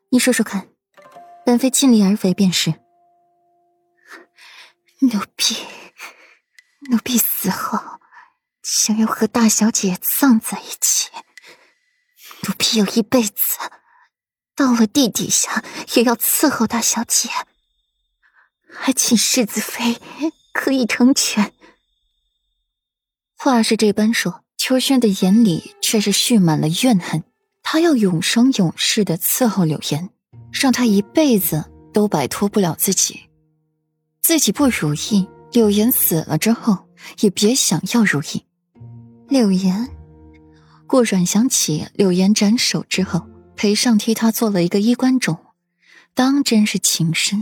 你说说看，本妃尽力而为便是。奴婢死后想要和大小姐葬在一起，奴婢有一辈子到了地底下也要伺候大小姐，还请世子妃可以成全。话是这般说，秋轩的眼里却是蓄满了怨恨。他要永生永世地伺候柳岩，让他一辈子都摆脱不了自己。自己不如意，柳岩死了之后也别想要如意。柳岩，顾阮想起柳岩斩首之后，裴尚替他做了一个衣冠冢，当真是情深。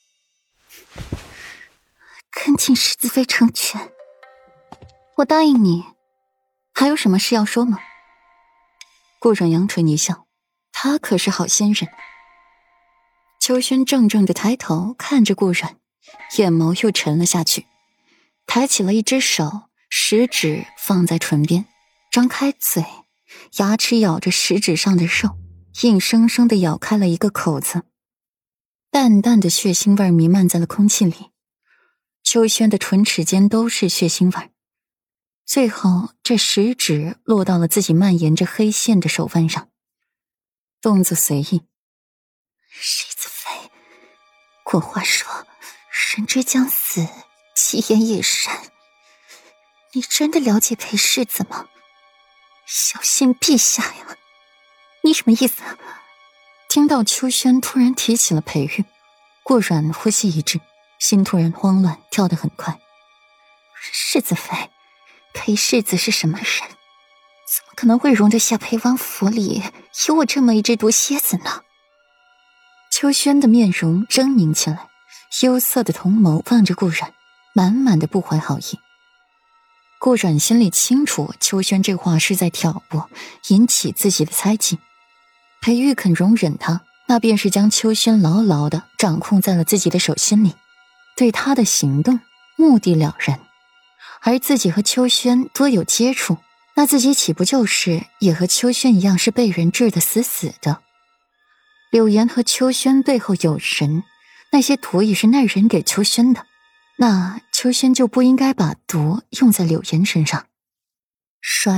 恳请世子妃成全。我答应你，还有什么事要说吗？顾阮扬唇一笑，他可是好仙人。秋轩怔怔地抬头看着顾阮，眼眸又沉了下去，抬起了一只手，食指放在唇边，张开嘴，牙齿咬着食指上的肉，硬生生地咬开了一个口子。淡淡的血腥味弥漫在了空气里，秋轩的唇齿间都是血腥味。最后这食指落到了自己蔓延着黑线的手腕上，动作随意。世子妃，古话说人之将死，其言也善。你真的了解裴世子吗？小心陛下呀！你什么意思啊？听到秋轩突然提起了裴玉，顾阮呼吸一滞，心突然慌乱，跳得很快。世子妃，裴世子是什么人？怎么可能会容得下裴王府里有我这么一只毒蝎子呢？秋轩的面容狰狞起来，幽色的瞳眸望着顾阮，满满的不怀好意。顾阮心里清楚，秋轩这话是在挑拨，引起自己的猜忌。裴玉肯容忍他，那便是将秋轩牢牢地掌控在了自己的手心里，对他的行动目的了然。而自己和秋轩多有接触，那自己岂不就是也和秋轩一样是被人治得死死的？柳岩和秋轩背后有人，那些毒也是那人给秋轩的，那秋轩就不应该把毒用在柳岩身上。衰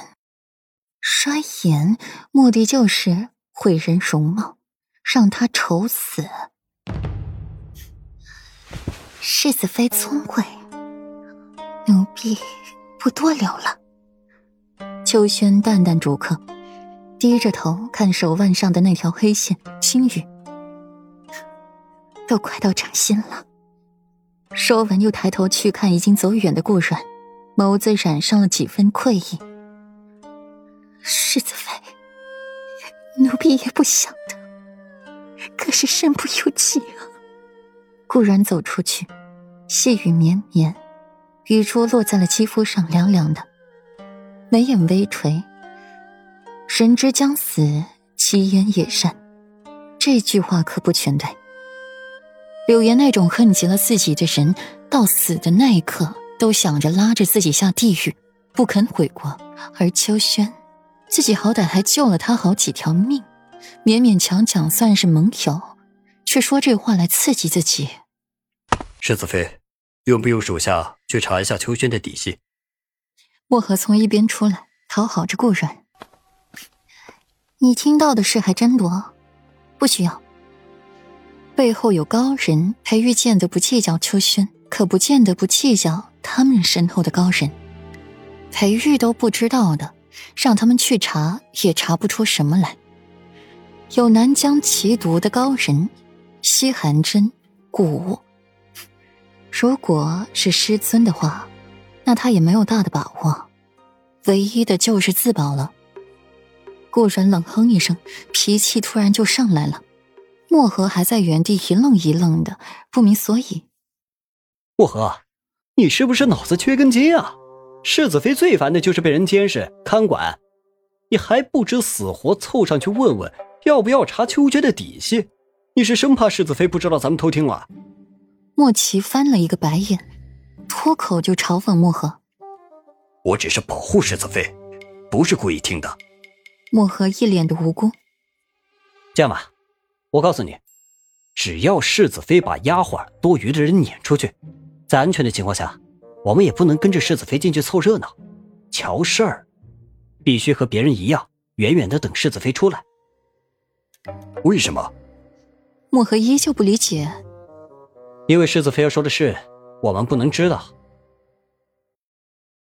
颜目的就是毁人容貌，让他丑死。世子妃聪慧，奴婢不多留了。秋轩淡淡逐客，低着头看手腕上的那条黑线，轻语：都快到掌心了。说完又抬头去看已经走远的顾阮，眸子染上了几分愧意。世子妃，奴婢也不想的，可是身不由己啊。顾阮走出去，细雨绵绵，雨珠落在了肌肤上，凉凉的，眉眼微垂。人之将死，其言也善。这句话可不全对。柳岩那种恨极了自己的人，到死的那一刻都想着拉着自己下地狱，不肯悔过。而秋轩，自己好歹还救了他好几条命，勉勉强强算是盟友，却说这话来刺激自己。 世子妃，用不用属下去查一下秋轩的底细？ 墨荷从一边出来，讨好着顾阮。你听到的事还真多，不需要。背后有高人，裴玉见得不计较秋轩，可不见得不计较他们身后的高人。裴玉都不知道的，让他们去查也查不出什么来。有南疆奇毒的高人，西寒针、蛊。如果是师尊的话，那他也没有大的把握，唯一的就是自保了。顾然冷哼一声，脾气突然就上来了。墨荷还在原地一愣一愣的，不明所以。 墨荷，你是不是脑子缺根筋啊？世子妃最烦的就是被人监视看管，你还不知死活凑上去问问要不要查秋轩的底细？你是生怕世子妃不知道咱们偷听了？ 莫奇翻了一个白眼，脱口就嘲讽墨荷： 我只是保护世子妃，不是故意听的。 墨荷一脸的无辜。 这样吧， 我告诉你，只要世子妃把丫鬟多余的人撵出去，在安全的情况下，我们也不能跟着世子妃进去凑热闹。乔事儿必须和别人一样，远远的等世子妃出来。 为什么？ 漠河依旧不理解。 因为世子妃要说的事，我们不能知道。